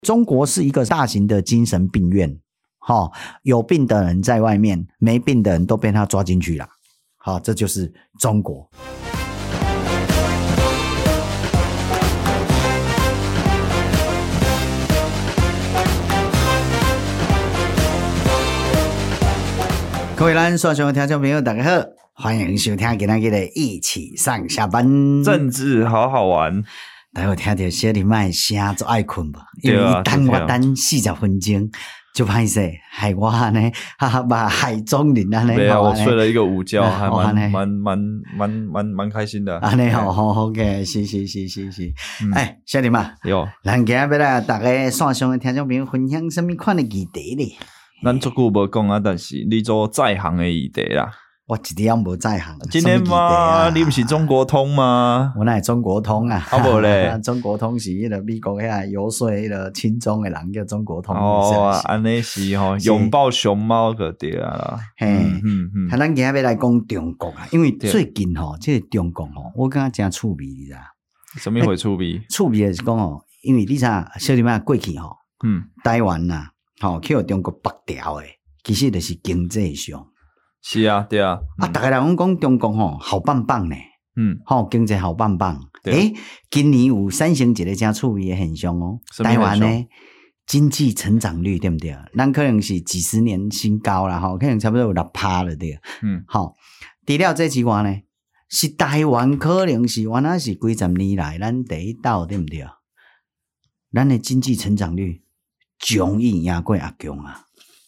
中国是一个大型的精神病院，有病的人在外面，没病的人都被他抓进去了。好，这就是中国。各位咱线上的听众朋友大家好，欢迎收听今天的一起上下班， 政治好好玩。 大家听到小林麦声就爱困吧，因为一等我等40分钟就歹势，害我呢把海中人呢。 对啊，我睡了一个午觉，还蛮开心的。 安尼好 OK， 是。小林嘛， 有， 咱今日要来大家线上的听众朋友分享什么款的议题呢？ 咱足久无讲啊，但是你做在行的议题啦。 我一点也无在行。 今天嘛，你不是中国通吗？ 我哪是中国通啊？ 无咧， 中国通是迄个美国遐游说迄个亲中的人叫中国通。 哦，安尼是吼，拥抱熊猫个对啊啦。 咱今日要来讲中国啊，因为最近这个中国我感觉真趣味，你知道？ 什么会趣味？ 趣味的是讲因为你知道小弟们过去台湾呐，去到中国北调的，其实就是经济上。是啊，对啊。 大家人讲中国好棒棒呢，经济好棒棒。今年有产生一个真趣味的现象台湾呢经济成长率对不对？咱可能是几十年新高啦，可能差不多有6%了对。除了这之外呢，是台湾可能是原来是几十年来咱第一道对不对？咱的经济成长率终于赢过阿强啊！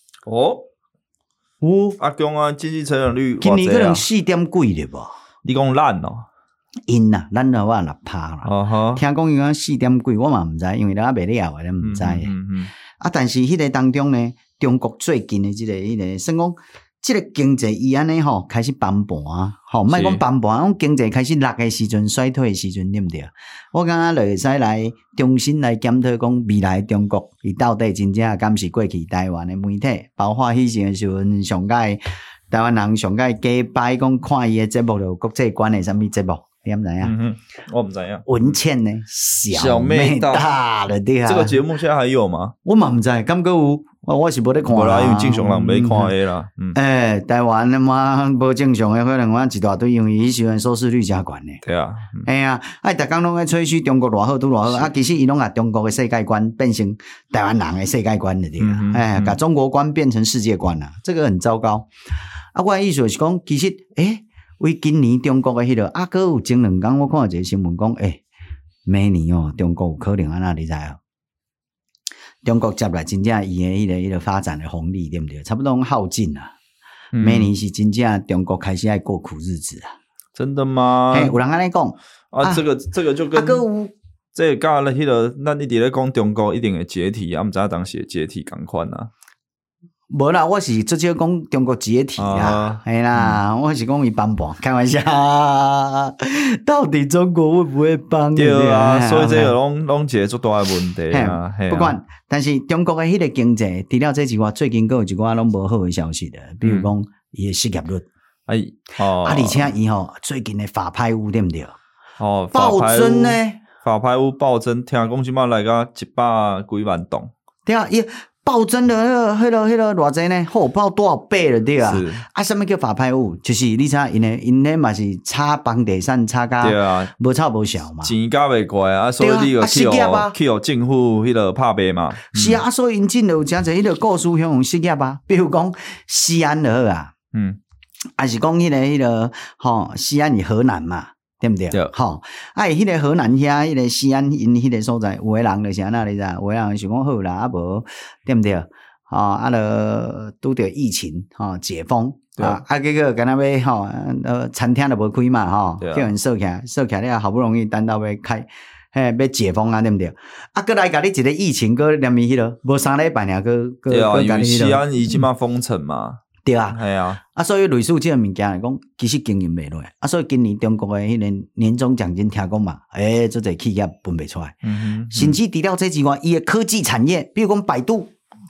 阿强啊，经济成长率今年可能4点几了吧？ 你讲咱因啦，咱的话6%啦。听讲伊讲4点几，我嘛毋知，因为咱未了，咱毋知。但是迄个当中呢，中国最近的迄个，算讲这个经济伊安尼开始崩盘啊，莫讲崩盘，讲经济开始落的时阵、衰退的时阵，对不对？我感觉就会使来重新来检讨，讲未来中国伊到底真正敢是过去台湾的媒体，包括迄时的时阵，上届台湾人上届假摆讲看伊的节目就国际观的什么节目？你知影？ 我不知影。 文茜呢？小妹大了对啊！ 这个节目现在还有吗？ 我嘛不知，敢有？我是无咧看啦，因为正常人没看的啦。 台湾的嘛，无正常的，可能我一大堆，因为迄时阵收视率真悬呢。 对啊。 逐工拢在吹嘘中国偌好，拄偌好。其实伊拢把中国的世界观变成台湾人的世界观了对啊。把中国观变成世界观了，这个很糟糕。我的意思是讲，其实为今年中国的迄个还有前2天我看到一个新闻讲，明年中国有可能安那你知啊？中国接来真正伊的迄个发展的红利对不对？差不多耗尽啊。明年是真正中国开始爱过苦日子啊。 真的吗？ 有人安尼讲这个就跟这甲迄个咱一直咧讲中国一定会解体啊，毋知影当时会解体同款啊。 无啦，我是直接讲中国解体啦，啦，我是讲伊崩盘，开玩笑。到底中国会不会崩？ 对啊，所以这个拢一个足大的问题啊。 不管，但是中国的迄个经济，除了这之外，最近还有一寡拢无好的消息的，比如讲伊的失业率，而且伊最近的法拍屋对不对？暴增呢？ 法拍屋暴增，听讲即摆来到100几万栋。 对啊，暴增的迄个偌济呢？爆多少倍了对啊？什么叫法拍屋？就是你知因咧嘛是差房地产差甲无臭无小嘛， 钱加袂过啊，所以你就去互政府迄个拍卖嘛。 是啊，所以因真有诚侪迄个故事向失业啊，比如讲西安就好啊，还是讲迄个西安是河南嘛。对不对？迄个河南遐，迄个西安因迄个所在，有的人就是安那你知，有的人想讲好啦，无对不对？就拄着疫情解封结果敢若要餐厅都无开嘛叫人收起来了，好不容易等到要开，要解封啊，对不对？过来甲你一个疫情，搁连伊迄落无3礼拜尔， 对啊，因为西安伊即马封城嘛。 对啊，所以类似这个物件来讲，其实经营袂落来所以今年中国的迄个年终奖金听讲嘛，这个企业分不出来。甚至除了这之外，伊的科技产业，比如讲百度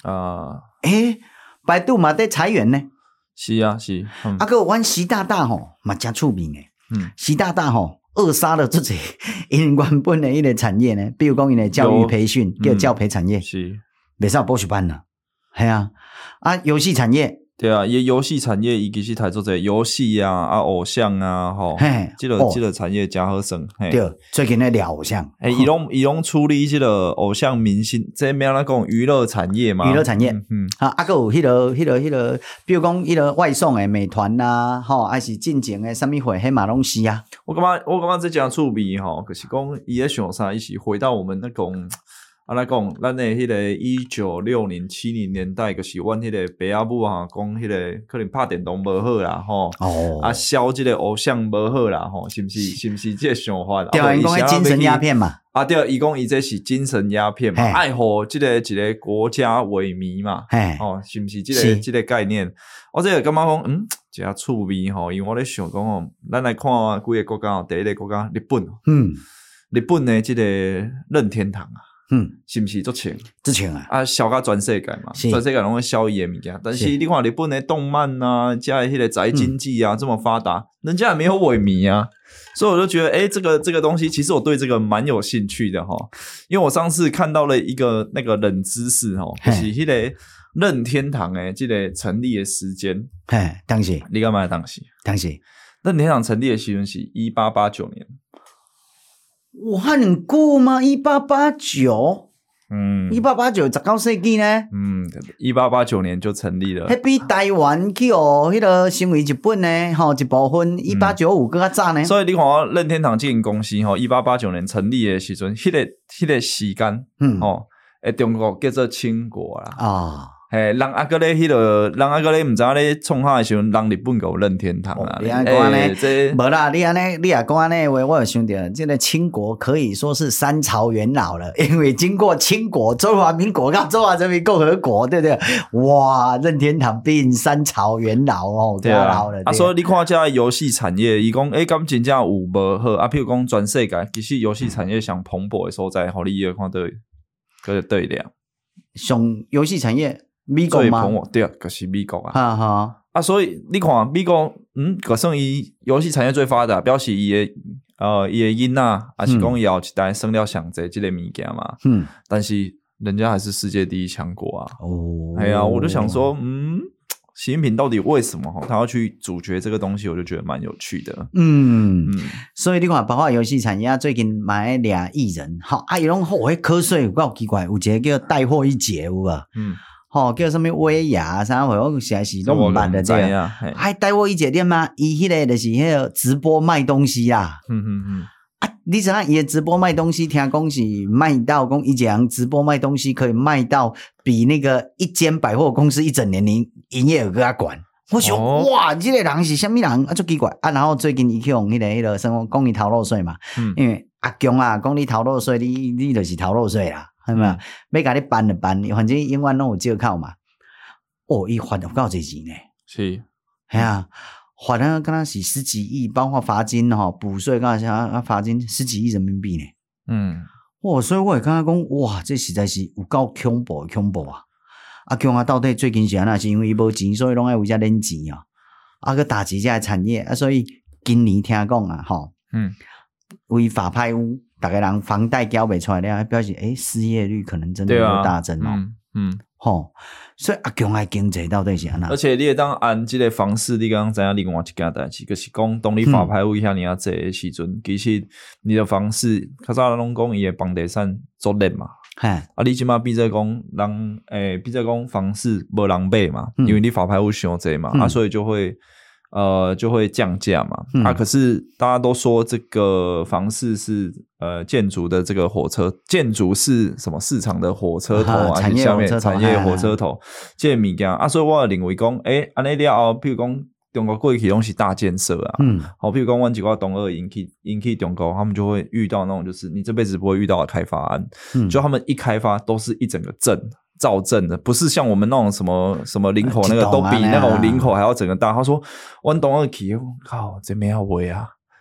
百度嘛在裁员呢。是。 是。 还有阮习大大嘛真趣味的。习大大扼杀了自己因原本的一个产业呢，比如讲因的教育培训叫教培产业， 是袂使补习班了，系啊，游戏产业。 对啊，伊游戏产业伊其实台做者游戏啊、偶像啊，吼，这个产业加好生。 对，最近在聊偶像， 伊拢处理这个偶像明星，这咩来讲娱乐产业嘛？ 娱乐产业，还有迄个，比如讲迄个外送诶，美团呐，吼，还是进前诶，什么货，迄嘛拢是啊。 我感觉这讲趣味吼，可是讲伊咧想啥，伊是回到我们那种。来讲，咱的迄个1960、70年代，就是阮迄个爸阿母哈，讲迄个可能拍电动无好啦，吼，销这个偶像无好啦，吼，是不是这个想法？ 对，伊讲精神鸦片嘛。 对，伊讲伊这是精神鸦片嘛，爱护这个一个国家萎靡嘛，是不是这个概念？我这个感觉讲，真趣味吼，因为我咧想讲吼，咱来看几个国家，第一个国家日本，日本的这个任天堂啊。是不是足钱啊？销到全世界嘛，全世界拢会销伊的物件。但是你看日本的动漫啊，加迄个宅经济啊，这么发达，人家也没有萎靡啊。所以我就觉得，这个东西，其实我对这个蛮有兴趣的哈。因为我上次看到了一个那个冷知识哈，就是迄个任天堂诶，这个成立的时间， 当时你干嘛当时任天堂成立的时间是1889年。 哇，很久吗？1889，1889 19世纪呢 ？1889年就成立了。 迄比台湾去迄个成为日本呢，吼一部分1895更较早呢。 所以你看，任天堂这间公司吼，1889年成立的时阵，迄个时间，中国叫做清国啦。人阿哥咧，人阿哥咧，唔知影咧创下的时候，人日本有任天堂啊。 你安讲呢？无啦，你安尼，你也讲安尼话，我有想到，这个清国可以说是三朝元老了，因为经过清国、中华民国跟中华人民共和国，对不对？哇，任天堂变三朝元老哦， 对啊。所以你看这游戏产业，伊讲敢真正有无好啊？譬如讲全世界，其实游戏产业上蓬勃的所在，互你看到个对量。 上游戏产业。美国吗？ 对，就是美国啊。所以你看美国，可算伊游戏产业最发达，表示伊的囡仔，还是讲以后一代生了上济这个物件嘛。但是人家还是世界第一强国啊。我就想说，习近平到底为什么他要去主角这个东西，我就觉得蛮有趣的。 所以你看，包括游戏产业最近买俩艺人，伊拢迄瞌睡有够奇怪，有一个叫带货一姐有无？叫什么威亚啥货，我实在是拢毋捌的这样。还带我一节店吗？伊迄个就是迄个直播卖东西啦。你知影伊的直播卖东西，听讲是卖到讲一人直播卖东西可以卖到比那个一间百货公司一整年营业额更加悬。我想哇，这个人是什么人啊？足奇怪啊！然后最近伊去用迄个什么讲伊逃漏税嘛，因为阿强啊讲你逃漏税，你就是逃漏税啦。系咪啊？要甲你办就办，反正永远拢有借口嘛。伊罚有够侪钱呢。 是， 系啊，罚了敢若是10几亿，包括罚金补税干啥罚金10几亿人民币呢。所以我会感觉讲，哇，这实在是有够恐怖啊！强到底最近是安那？是因为伊无钱，所以拢爱为遮捻钱去打击遮产业所以今年听讲违法拍污。大家人房贷交不出来了，表示失业率可能真的有大增所以阿强的经济到底是安那？ 而且你会当按这个方式，你刚刚知影另外一件代志，就是讲当你法拍有遐尔济的时阵，其实你的方式，较早拢讲伊的房地产作劣嘛。你即马比这讲人比这讲房市无人买嘛，因为你法拍有伤济嘛，所以就会降价嘛。可是大家都说这个房市是建筑的这个建筑是什么市场的火车头产业火车头这个物件所以我认为讲安尼了后，比如讲中国过去拢是大建设比如讲阮一寡同学引起中国，他们就会遇到那种就是你这辈子不会遇到的开发案，就他们一开发都是一整个镇。造镇的，不是像我们那种什么林口那个都比那种林口还要整个大。他说：“我懂了，靠，这没要围啊，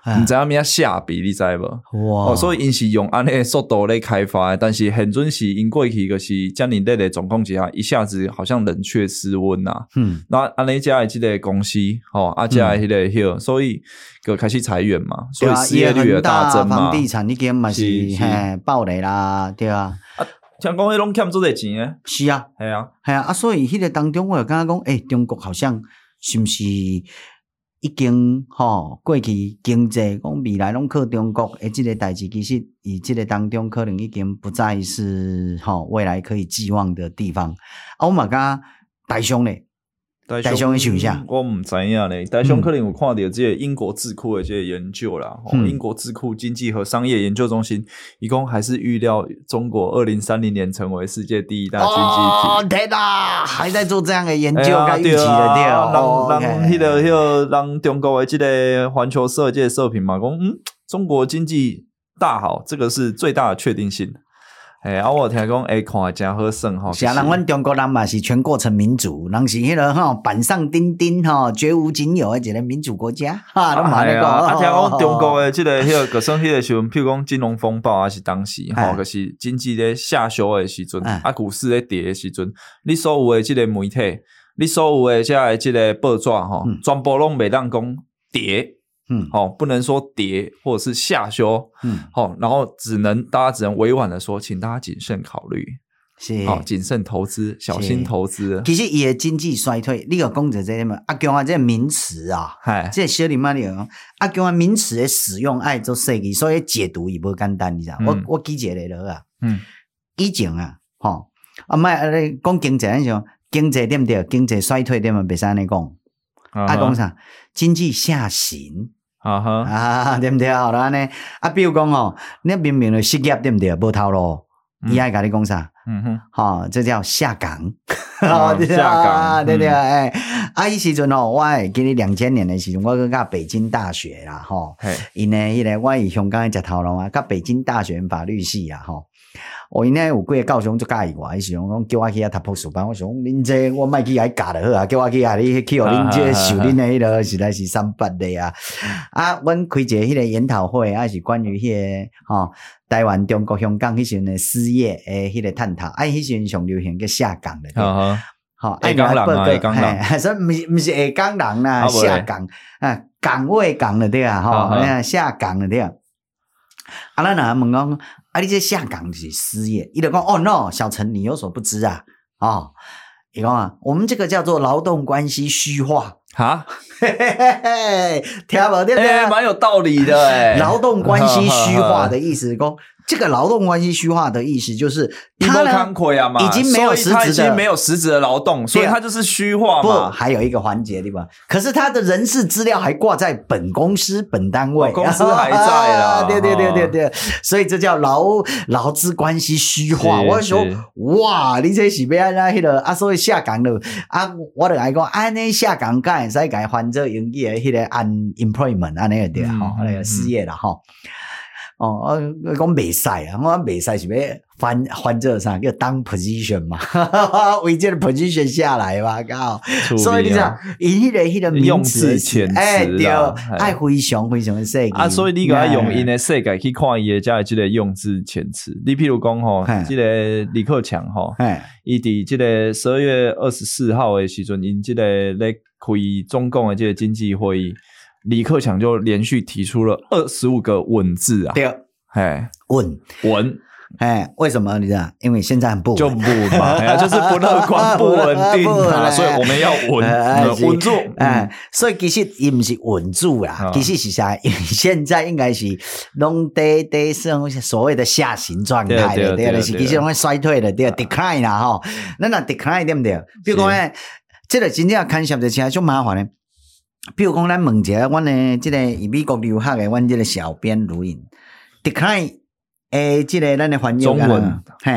唔知影咩下笔，你知无？哇！所以因是用安尼速度来开发的，但是很准是因过去就是遮尔热的状况之下，一下子好像冷却失温呐。那安尼遮的这个公司，遮的迄个迄，所以就开始裁员嘛，所以失业率也大增嘛。 房地产已经嘛是暴雷啦，对啊。 听讲迄拢欠做侪钱诶。 是啊， 系啊， 系啊，所以迄个当中我就感觉讲，中国好像是毋是？已经过去经济讲未来拢靠中国的这个代志，其实以这个当中可能已经不再是未来可以寄望的地方。我嘛感大雄咧，大雄的想啥？ 我唔知影咧，大雄可能有看到这个英国智库的这个研究啦。英国智库经济和商业研究中心，一共还是预料中国2030年成为世界第1大经济体。 哦，天哪，还在做这样的研究跟预期的对让迄个让中国的这个环球社这个社评嘛，讲中国经济大好，这个是最大的确定性。我听讲看真好耍吼。 是啊，人阮中国人嘛是全过程民主，人是迄个板上钉钉绝无仅有的一个民主国家都嘛咧讲。 听讲中国的这个迄个，就算迄个时阵，譬如讲金融风暴还是当时就是经济咧下修的时阵，股市咧跌的时阵，你所有的这个媒体，你所有的这个报纸全部拢袂当讲跌。不能说跌或者是下修，然后大家只能委婉的说，请大家谨慎考虑，是谨慎投资，小心投资。 其实伊的经济衰退，你有讲者这么阿强啊，这名词啊，这小林妈你讲阿强啊名词的使用爱做设计，所以解读也不简单，你知道？我举一个了啊，以前啊，讲经济那种经济对不对？经济衰退对吗？别安尼讲，讲啥？经济下行。对不对？好了呢，比如讲你明明的失业对不对？无头路，伊爱甲你讲啥？这叫下岗， 下岗， 对不对？迄时阵我会记得2000年的时阵，我去甲北京大学啦，因呢，迄个我是香港的食头路啊，甲北京大学法律系啦，因呢有几个教授就介意我，伊是讲叫我去遐读博士班，我想恁这我莫去遐教就好啊，叫我去遐你去互恁这受恁的迄个实在是300的啊！阮开一个迄个研讨会，是关于迄个台湾、中国、香港迄时阵的失业诶迄个探讨，迄时阵上流行叫下岗的， 下岗人啊，下岗人， 所以毋是下岗人啦，下岗岗位岗了对啊，下岗了对啊。咱若问讲，你这下岗是失业，伊就讲哦 no， 小陈你有所不知啊，伊讲我们这个叫做劳动关系虚化哈， 听无对不对？ 蛮有道理的劳动关系虚化的意思讲。这个劳动关系虚化的意思就是他呢已经没有实质的， 已经没有实质的劳动，所以他就是虚化嘛。 不，还有一个环节对吧？可是他的人事资料还挂在本公司本单位， 公司还在啦。 对，所以这叫劳资关系虚化。我说哇，你这是要安那个所以下岗了我就来讲安尼下岗干使改换做英语的迄个 unemployment 安尼个对那个失业啦我讲袂使啊，我袂使是要翻这啥叫当 position 嘛，为这个 position 下来嘛，搞，所以你讲以迄个用字遣词对，爱非常非常的设计所以你个爱用因的世界去看伊的这个用字遣词，你譬如讲这个李克强伊伫这个12月24号的时阵，因这个咧开中共的这个经济会议。李克强就连续提出了25个稳字啊， 对，稳，为什么你知道？因为现在很不稳， 就不稳嘛，就是不乐观、不稳定所以我们要稳住。 所以其实也不是稳住啦，其实是啥？现在应该是拢在所谓的下行状态的，对，是其实拢衰退的，对 ，decline 啦那 decline 对不对？比如讲呢，这个真正看下的起来就麻烦呢。比如讲，咱问一下，阮的这个美国留学的，阮这个小编录音 ，decline 这个咱的翻译中文，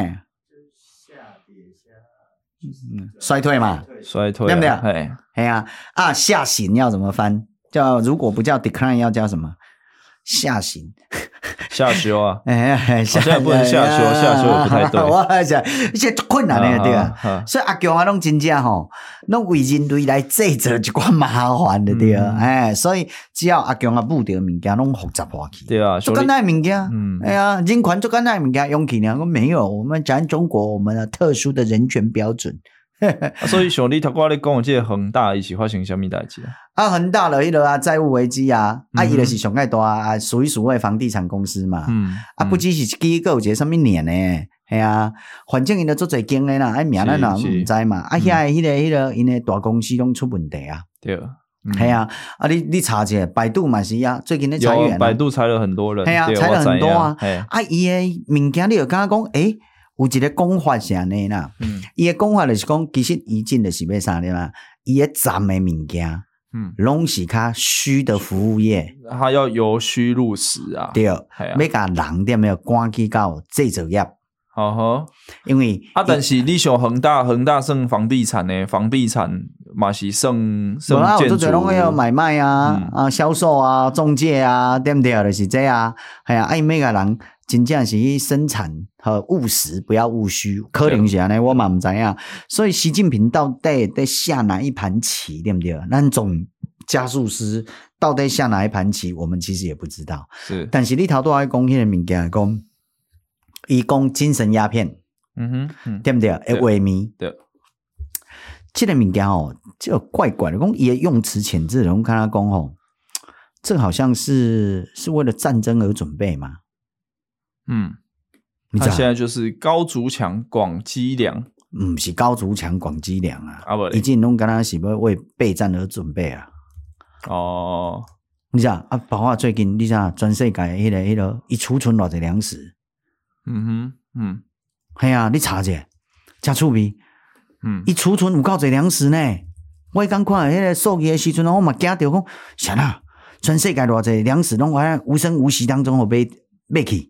衰退嘛， 衰退， 对不对？下行要怎么翻？叫如果不叫 decline， 要叫什么？下行， 下修啊，好像也不能下修，下修也不太对。 我想一些困难的对啊，所以阿强啊，拢真正吼，拢为人类来制造一寡麻烦的对啊，所以只要阿强啊布着物件拢复杂化去， 对啊， 做简单的物件，哎呀，人权做简单的物件用起呢，我没有，我们讲中国我们的特殊的人权标准。 所以像你头先你讲的这个恒大伊是发生什么代志啊？ 恒大的迄个啊债务危机啊，伊就是上介大啊，数一数二房地产公司嘛，不只是一支，还有一个什么年呢？系啊，反正因都做侪间的啦，名咱也唔知嘛。遐迄个因的大公司拢出问题啊。 对， 系啊，你查者，百度嘛是啊，最近咧裁员， 百度裁了很多人， 系啊，裁了很多啊。伊的物件你就感觉讲，有一个讲法是安尼啦，伊的讲法就是讲，其实伊进的是要啥的嘛？伊的站的物件，拢是较虚的服务业， 他要由虚入实啊， 对，要甲人点要赶去到制造业。因为但是你像恒大算房地产呢，房地产嘛是算建筑， 做拢要买卖啊，销售啊，中介啊，对不对？就是这啊，系啊，每个人真正是生产和务实，不要务虚。可能是安尼，我嘛唔知影。所以习近平到底在下哪一盘棋，对不对？那种加速师到底下哪一盘棋，我们其实也不知道。 是， 但是你头拄仔讲迄个物件讲。伊讲精神鸦片，对不对？会萎靡， 对。 这个物件哦，就怪怪的。讲伊的用词遣字，我看他讲哦，这好像是为了战争而准备嘛。 他现在就是高筑墙广积粮， 不是高筑墙广积粮啊，已经拢敢若是要为备战而准备啊。你知道包括最近你知道全世界迄个，伊储存偌济粮食。系啊，你查者，真趣味。伊储存有够侪粮食呢。我刚看迄个数据的时阵，我嘛惊到讲，啥啦？全世界偌济粮食拢喺无声无息当中互买去。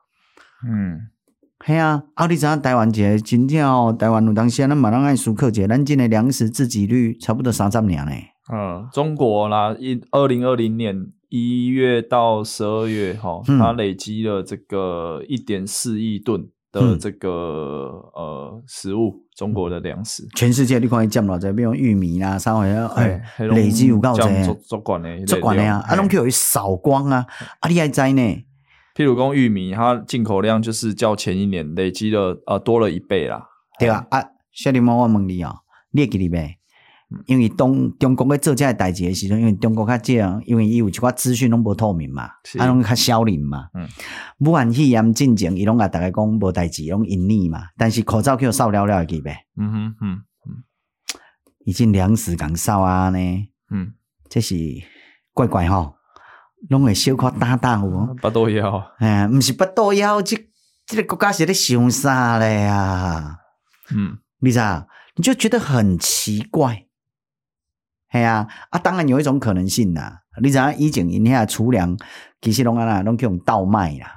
系啊，你知影台湾一个真正哦，台湾有当时咱嘛拢爱思考者，咱今的粮食自给率差不多30年呢。 中国啦，2020年1月到12月它累积了这个1.4亿吨的这个食物，中国的粮食。 全世界你看伊占偌济，比如玉米啦，啥货累积有够济， 足管的啊，拢叫伊扫光啊，你还知呢？ 譬如讲玉米，它进口量就是较前一年累积了多了1倍啦。 对啊，小林我问你你会记得袂？因为中国在做这个代志的时阵，因为中国较这样，因为伊有一寡资讯拢无透明嘛，拢较小林嘛。武汉肺炎进前，伊拢甲大家讲无代志，拢隐匿嘛。但是口罩叫扫了会记袂？已经粮食讲扫啊呢。这是怪怪吼，拢会小可打有。 巴肚枵， 毋是巴肚枵，这个国家是咧想啥咧啊？你知道，你就觉得很奇怪。系啊，当然有一种可能性啦。你知影以前因遐储粮，其实拢叫用倒卖啦。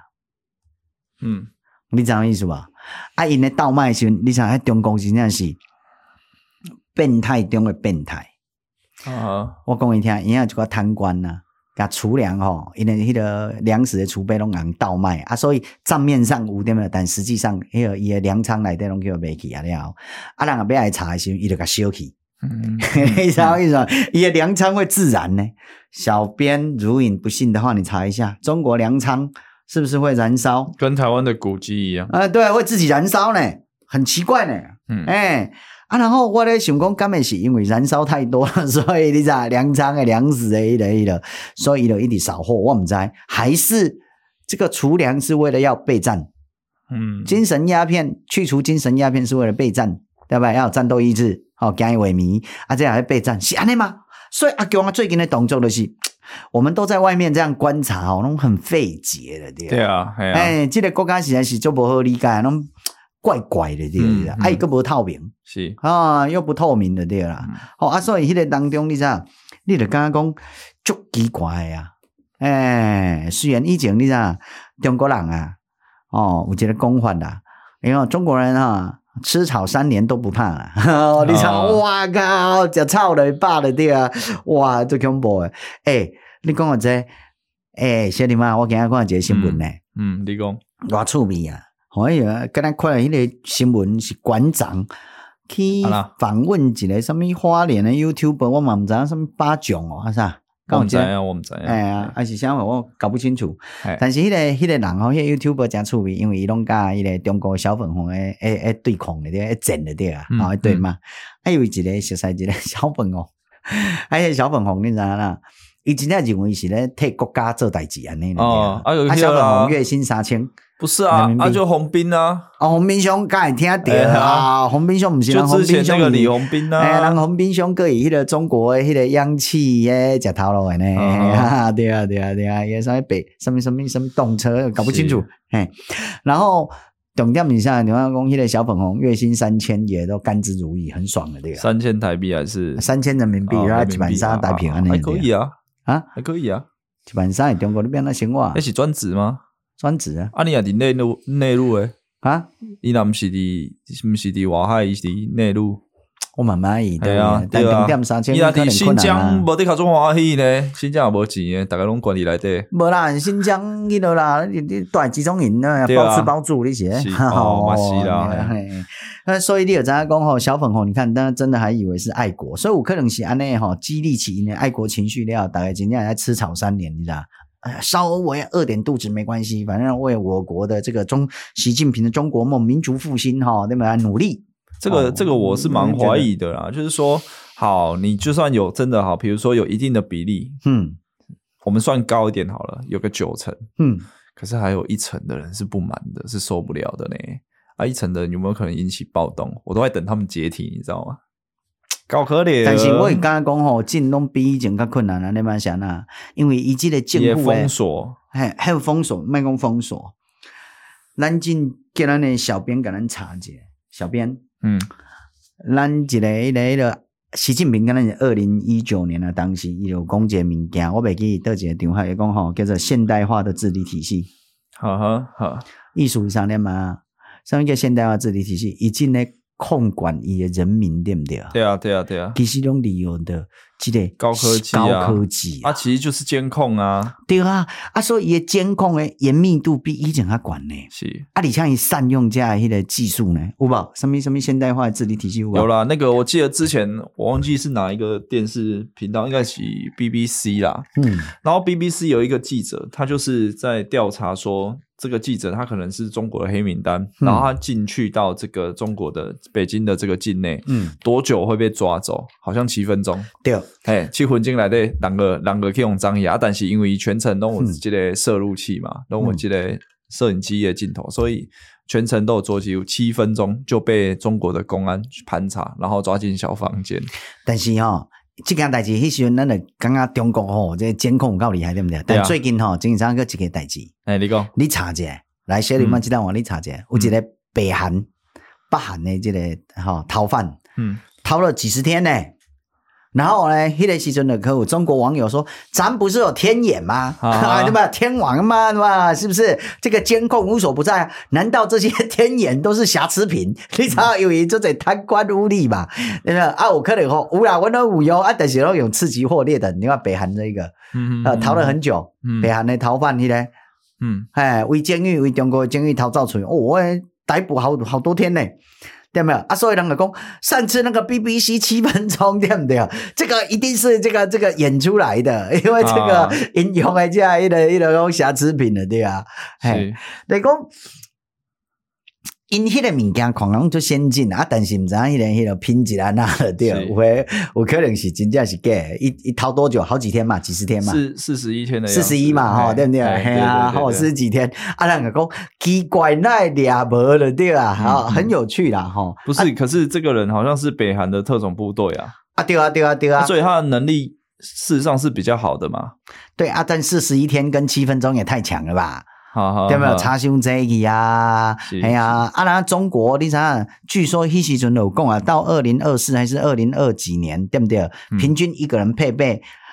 你知影意思无？因咧倒卖的时候，你知影中国真正是变态中的变态。我讲伊听，因遐一个贪官呐，甲储粮因为迄个粮食的储备拢人倒卖所以账面上有对没？但实际上迄个伊的粮仓内底拢叫卖去了，人也要来查的时候，伊就甲烧去。你知道为什么？伊的粮仓会自燃呢？小编如影不信的话，你查一下，中国粮仓是不是会燃烧？ 跟台湾的古迹一样对，会自己燃烧呢，很奇怪呢。然后我咧想讲，敢会是因为燃烧太多了，所以你知道粮仓的粮食的迄个，所以就一直扫货。我唔知，还是这个储粮是为了要备战？精神鸦片去除精神鸦片是为了备战，对吧？要有战斗意志。惊伊萎靡这样来备战是安尼吗？所以阿强最近的动作就是我们都在外面这样观察拢很费解的对啊， 这个国家实在是就不好理解，拢怪怪的对啦，伊个无透明是又不透明的对啦。所以迄个当中你知道，你就感觉讲足奇怪啊。虽然以前你知道中国人有一个讲法啦，因为中国人吃草3年都不怕啦。你想，哇靠，吃草就会饱了对啊，哇，最恐怖的。你讲这小林啊，我今日看一个新闻呢， 你讲偌趣味啊！哎呀，刚才看了迄个新闻是馆长去访问一个什么花莲的 YouTuber， 我嘛唔知影什么巴囧哦，啥？ 我唔知啊，我唔知啊。 哎呀，还是啥我搞不清楚。但是迄个人吼，迄个 YouTuber 真趣味，因为伊拢甲迄个中国小粉红诶对抗的对，战的对啊，对嘛？还有一个熟悉一个小粉红，迄个小粉红你知影啦？伊真正认为是咧替国家做代志安尼哦， 小粉红月薪3000。 不是啊，就洪斌啊， 洪斌兄敢会听到啊？洪斌兄不是人洪斌兄， 那个李洪斌啊， 人洪斌兄佫以迄个中国的迄个央企诶食头路的呢，对啊，也啥什么动车搞不清楚，嘿，然后重点是啥？你看讲迄个小粉红月薪3000也都甘之如饴，很爽的对啊 ，3000台币还是 3000人民币，然后130台币安尼， 还可以啊， 还可以啊 ，130在中国那边那生活， 那是专职吗？ 专职啊！ 你也伫内陆诶啊？ 伊若毋是伫外海，伊是伫内陆。 我慢慢伊对啊， 但2点3000， 伊若伫新疆无得较种欢喜呢，新疆也无钱诶，大家拢关伫内底。 无啦，新疆迄落啦，你住集中营呢，包吃包住那些。 嘛是啦。 所以你有知影讲吼，小粉红，你看，但真的还以为是爱国，所以有可能是安尼吼，激励起因的爱国情绪了，大概真正在吃草3年，你知道？稍微饿点肚子没关系，反正为我国的这个习近平的中国梦、民族复兴哈，对吧？努力。 这个我是蛮怀疑的啦，就是说，好，你就算有真的好，比如说有一定的比例，我们算高一点好了，有个90%，可是还有1%的人是不满的，是受不了的呢。1%的人有没有可能引起暴动？我都在等他们解体，你知道吗？够可怜， 但是我刚刚讲吼，进拢比以前较困难啊，你莫想啊，因为伊即个政府封锁， 还有封锁，莫讲封锁。咱进叫咱的小编给咱查一下，小编，咱一个习近平跟咱2019年啊，当时伊有讲一个物件，我袂记倒一个场合，伊讲吼叫做现代化的治理体系。好，意思上咧嘛，什么叫现代化治理体系？已经咧控管伊的人民，对不对？ 对啊。 其实拢利用的这个高科技啊，其实就是监控啊。 对啊，所以伊的监控的严密度比以前较悬呢。 是而且伊善用这迄个技术呢，有无？什么现代化的治理体系有？ 有啦，那个我记得之前我忘记是哪一个电视频道，应该是 BBC 啦。然后 BBC 有一个记者，他就是在调查说，这个记者他可能是中国的黑名单，然后他进去到这个中国的北京的这个境内，多久会被抓走？好像7分钟。 对， 7分钟内底人个去用张牙，但是因为全程都有这个摄录器嘛，都有这个摄影机的镜头，所以全程都有捉起，7分钟就被中国的公安盘查，然后抓进小房间。 但是这件代志迄时阵咱就感觉中国这监控够厉害，对不对？但最近真上个一个代志， 你讲， 你查一下，来小林妈这档话你查一下，有一个北韩的这个逃犯，逃了几十天呢。然后呢，迄个时阵的有中国网友说，咱不是有天眼吗？对吧？天网嘛，对吧？是不是这个监控无所不在？难道这些天眼都是瑕疵品？你知道，因为这种贪官污吏嘛，对吧？有可能有啦，我都有但是都有刺激或劣等。你看北韩这个，逃了很久，北韩的逃犯，为监狱为中国的监狱逃造出我逮捕好多天呢。对没有所以人就讲上次那个 BBC 7分钟对不对？这个一定是这个演出来的，因为这个引用的这一个瑕疵品的对啊。你讲因迄个物件可能就先进但是唔知迄个品质那对，有可能是真正是假的。一逃多久？好几天嘛，几十天嘛 ，41天的 41嘛，对不对？嘿啊，40几天人就讲奇怪，那俩无了对啊，很有趣啦不是，可是这个人好像是北韩的特种部队对啊， 所以他的能力事实上是比较好的嘛。 对但41天跟7分钟也太强了吧？对没有差伤这个啊？哎呀，那中国你看，据说迄时阵有讲到2024还是2020几年，对不对？平均一个人配备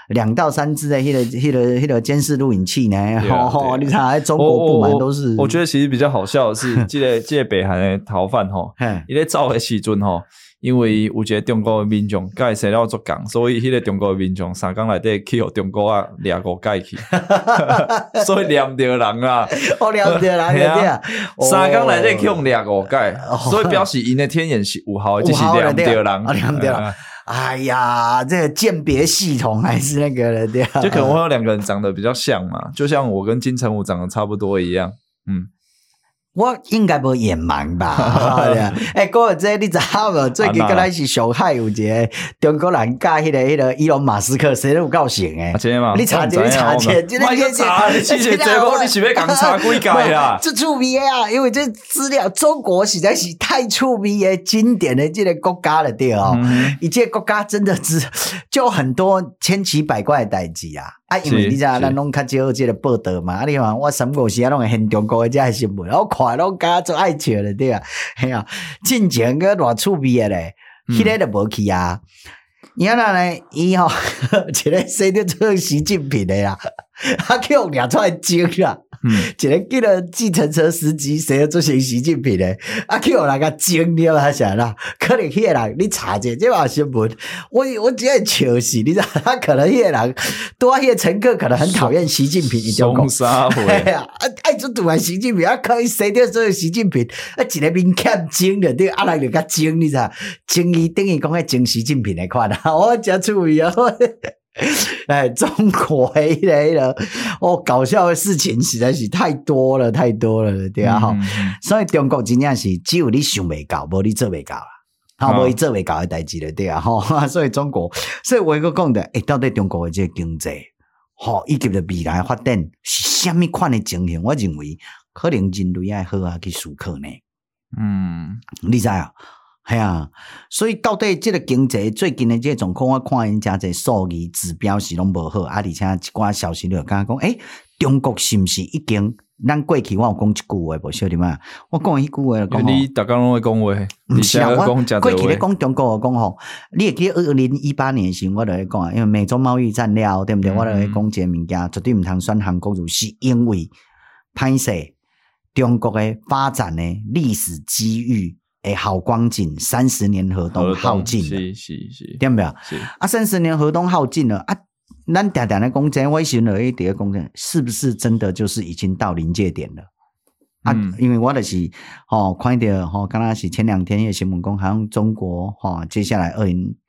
2到3支的迄个监视录影器呢，你看中国部门都是。 我觉得其实比较好笑的是，这个北韩的逃犯吼，伊咧走的时阵吼。因为有一个中国的民众甲伊生了作共，所以迄个中国的民众3天内底去互中国掠5届去，所以念着人啦， 念着人对啊 ，3天内底去互掠5届，所以表示因的天眼是有效的，就是念着人， 念着人。哎呀，这个鉴别系统还是那个了，对啊， 就可能会有2个人长得比较像嘛，就像我跟金城武长得差不多一样， 我应该无眼盲吧？哥，这你知道无？最近跟咱是上海有一个中国人甲迄个伊隆马斯克，谁都有够型诶？ 真的吗？ 你查这， 你查，你去这波，你是要讲查几届啦？ 这趣味啊！因为这资料，中国实在是太趣味诶，经典的这个国家了，对哦。一这国家真的是就很多千奇百怪的代志啊！因为你知道，咱拢较少这个报道嘛。你看，我3、5时拢会现中国的这些新闻，我看拢加做爱笑了，对啊，嘿啊，进前个偌趣味的咧，迄个就无去啊。然后呢，伊吼一个生得做习近平的啦，去互掠出来精啦。一个叫做计程车司机，谁要做成习近平的？去互人家精了，他想啦，可能迄个人你查者这嘛新闻，我只会笑死，你知道？他可能迄个人多迄个乘客可能很讨厌习近平，你就讲啥货？ 爱做赌习近平，可以谁叫做习近平？一个面欠精的，对，人就较精，你知道？精伊等于讲迄精习近平的款啊，我真趣味啊！中国迄个搞笑的事情实在是太多了，对啊哈。所以中国真正是只有你想袂到，无你做袂到啦，无伊做袂到的代志了，对啊哈。所以中国，所以我一个讲的，到底中国的这个经济，以及的未来发展是什么款的情形？我认为可能人类要好好去思考呢。你知啊？系啊，所以到底这个经济最近的这个状况，我看人家这数据指标是拢无好，而且一寡消息就讲，中国是不是已经？咱过去我有讲一句话，无晓得嘛？我讲迄句话讲， 你大家拢会讲话， 不是啊？我过去咧讲中国讲吼，你会记2018年时我就咧讲啊，因为美洲贸易战了，对不对？我就咧讲一个物件，绝对唔通选韩国如是因为歹势中国的发展的历史机遇。好光景，30年河东耗尽了，是，对不对？30年河东耗尽了啊！咱常常的讲这，我想了一点讲这，是不是真的就是已经到临界点了？因为我就是看到刚刚是前2天的新闻讲，好像中国接下来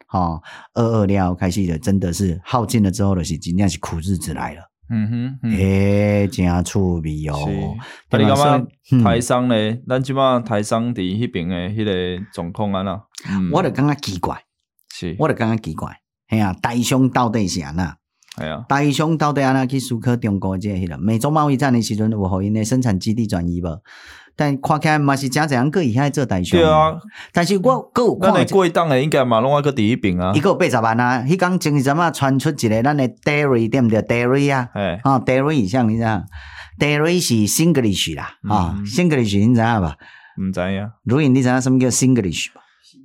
2022了开始的，真的是耗尽了之后的是真正是苦日子来了。真趣味哦！ 你感觉台商咧？咱即马台商伫迄边诶，迄个状况安那？ 我就感觉奇怪，我就感觉奇怪。系啊，台商到底是安那？ 系啊， 台商到底安那去思考中国这迄个美洲贸易战的时阵，有互因的生产基地转移无？但看起来嘛是真侪人个伊遐做台商。 对啊， 但是我个有看， 咱过档诶应该嘛拢还个伫迄边啊。 伊个有80万啊，迄讲前阵仔传出一个咱的 dairy 对不对 ？dairy 啊，dairy 像你知道 ，dairy 是 Singlish 啦，Singlish 你知影吧？ 唔知影。 如果你知影什么叫 Singlish 吧？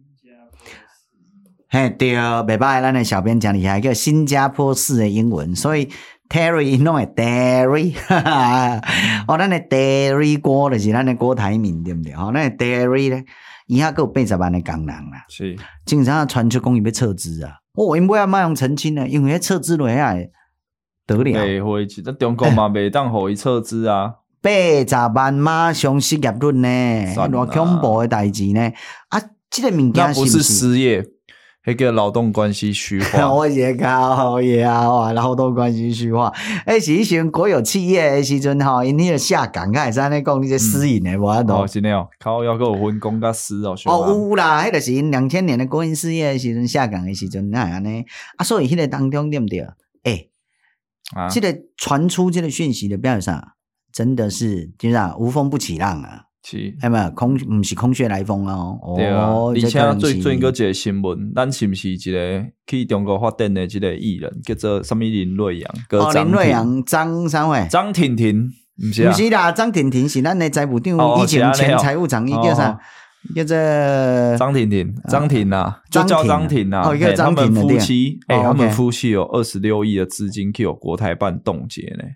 嘿，对，袂歹，咱的小编讲厉害，叫新加坡式的英文，所以。Terry 弄的 Dairy， 咱的 Dairy 锅就是咱的郭台铭对不对？咱的 Dairy 咧，以下还有80万的工人啦， 是， 经常传出讲伊要撤资啊，因为要用澄清呢，因为撤资落来得了， 袂会，咱中国嘛袂当互伊撤资啊 ，80万马上失业率呢，偌恐怖的代志呢，这个物件那不是失业。那个劳动关系虚化， 我也靠呀！劳动关系虚化，是以前国有企业的时阵因迄个下岗，会使安尼讲，你这私营的无法度。 是呢靠要有分工甲私有啦，迄就是因2000年的国营事业的时阵下岗的时阵，安尼所以迄个当中对不对？这个传出这个讯息的标上，真的是就是无风不起浪啊！ 是， 不是空穴来风哦。 对啊，而且最近有一个新闻，咱是不是一个去中国发展的一个艺人，叫做什么林瑞阳？ 林瑞阳，张啥位？ 张婷婷，不是啦， 张婷婷是咱的财务长，以前前财务长，伊叫啥？ 叫做张婷啊，就叫张婷啊。他们夫妻，他们夫妻有26亿的资金去有国台办冻结呢。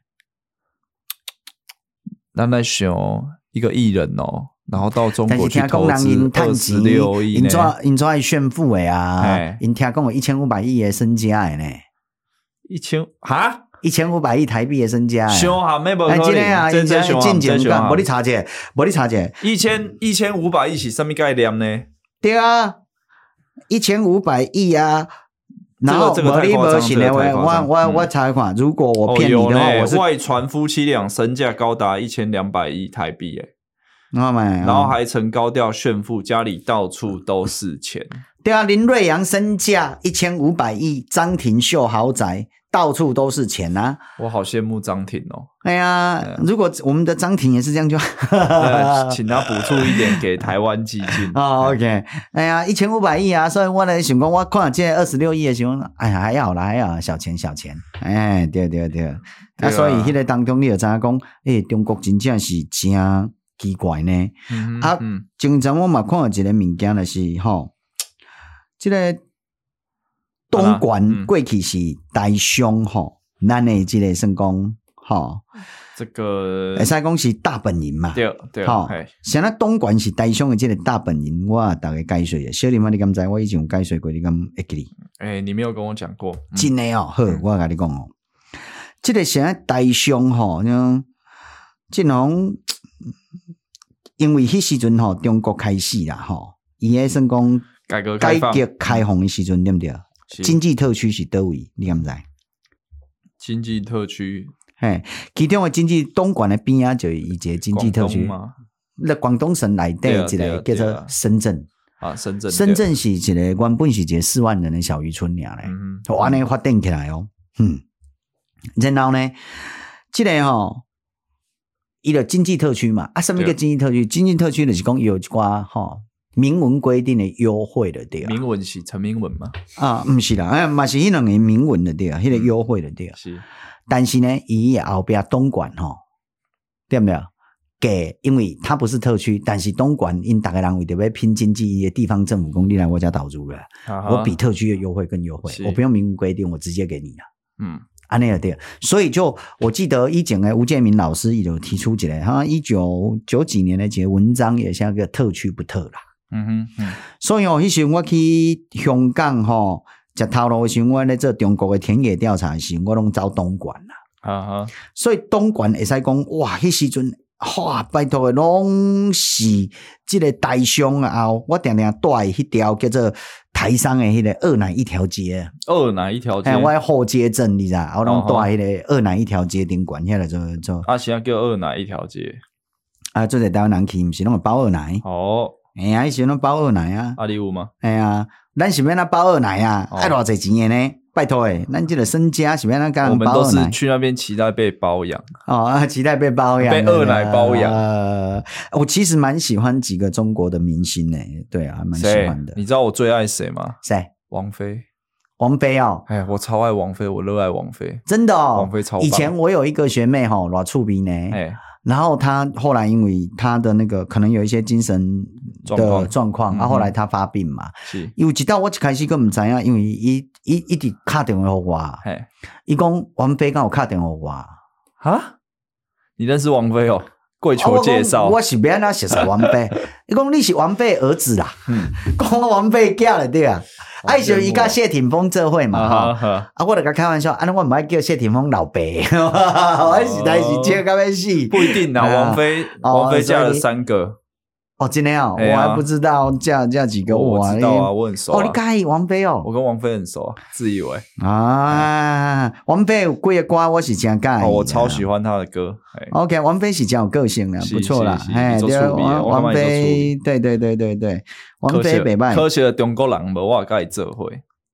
咱来想一个艺人哦，然后到中国去投资26亿呢， 因怎会炫富的啊？因听讲有1500亿的身家的呢，1500亿台币的身家。 想下没无可能， 真进前无你查者 ，1500亿是什么概念呢？ 对啊，1500亿啊。然后我查看，如果我骗你的话，我是外传夫妻俩身价高达1200亿台币诶，然后还曾高调炫富，家里到处都是钱。 对啊，林瑞阳身价1500亿，张庭秀豪宅到处都是钱啊！ 我好羡慕张庭哦。 哎呀，如果我们的张庭也是这样就请他补助一点给台湾基金。 OK， 哎呀，1500亿啊！所以我在想讲，我看这26亿的时候，哎呀，还好啦，小钱。哎，对。所以迄个当中你就知影讲，中国真正是真奇怪呢。前阵我嘛看到一个物件就是这个东莞过去是台商咱的这个算讲这个会使讲是大本营嘛， 对， 像那东莞是台商的这个大本营，我大概解说的。小林你敢知？我以前有解说过，你敢会记哩？ 你没有跟我讲过， 真的哦。好，我跟你讲哦，这个现在台商这种，因为迄时阵中国开始啦伊个算讲改革开放的时阵，对不对？经济特区是倒位？你敢知？ 经济特区， 其中的经济东莞的边啊，就一个经济特区。那广东省内底一个叫做深圳啊，深圳是一个原本是一个4万人的小渔村俩嘞，安尼发展起来哦。然后呢，这个伊个经济特区嘛，什么叫经济特区？经济特区就是讲有一寡明文规定的优惠的对啊。 明文是陈明文吗？ 不是啦，嘛是迄两个明文的对啊，迄个优惠的对啊。 是， 但是呢，伊后边东莞对不对？给，因为它不是特区，但是东莞因大家人为着要拼经济，的地方政府你来我家导入了，我比特区的优惠更优惠，我不用明文规定，我直接给你了。安尼对，所以就我记得以前的吴建民老师也有提出一个1990几年的一个文章，也像个特区不特啦。所以迄时我去香港食头路的时候，我咧做中国的田野调查的时候，我拢走东莞啦。所以东莞会使讲哇，迄时阵拜托的拢是这个台商啊！我常常带迄条叫做台商的迄个二奶一条街。 二奶一条街， 我后街镇你知道？我拢带迄个二奶一条街顶管下来做。 现在叫二奶一条街做者台湾人去，毋是拢会包二奶。迄时拢包二奶啊。 你有吗？ 咱是要那包二奶啊，爱偌济钱的呢？拜托咱这个身家是要那干包二奶？ 我们都是去那边期待被包养期待被包养， 被二奶包养。 我其实蛮喜欢几个中国的明星对啊，蛮喜欢的。 你知道我最爱谁吗？ 谁？ 王菲。 王菲我超爱王菲，我热爱王菲， 真的王菲超棒。 以前我有一个学妹偌趣味呢。然后她后来因为她的那个可能有一些精神的状况，后来她发病嘛，有一道我一开始根本不知道，因为伊一直打电话给我，伊讲王菲刚有打电话给我你认识王菲哦？跪求介绍， 我是要哪认识王菲？伊讲你是王菲儿子啦，讲王菲囝了对啊。是伊甲谢霆锋做伙嘛我就甲开玩笑，我唔爱叫谢霆锋老爸，我实在是笑到要死。 不一定啊，王菲嫁了3个。 真的我还不知道嫁几个。 我知道啊，我很熟。 你介意王菲我跟王菲很熟，自以为王菲有几个歌我是真介意我超喜欢她的歌。 OK， 王菲是真有个性的，不错啦。王菲，对，王菲袂歹。 可惜的中国人无我甲伊做伙。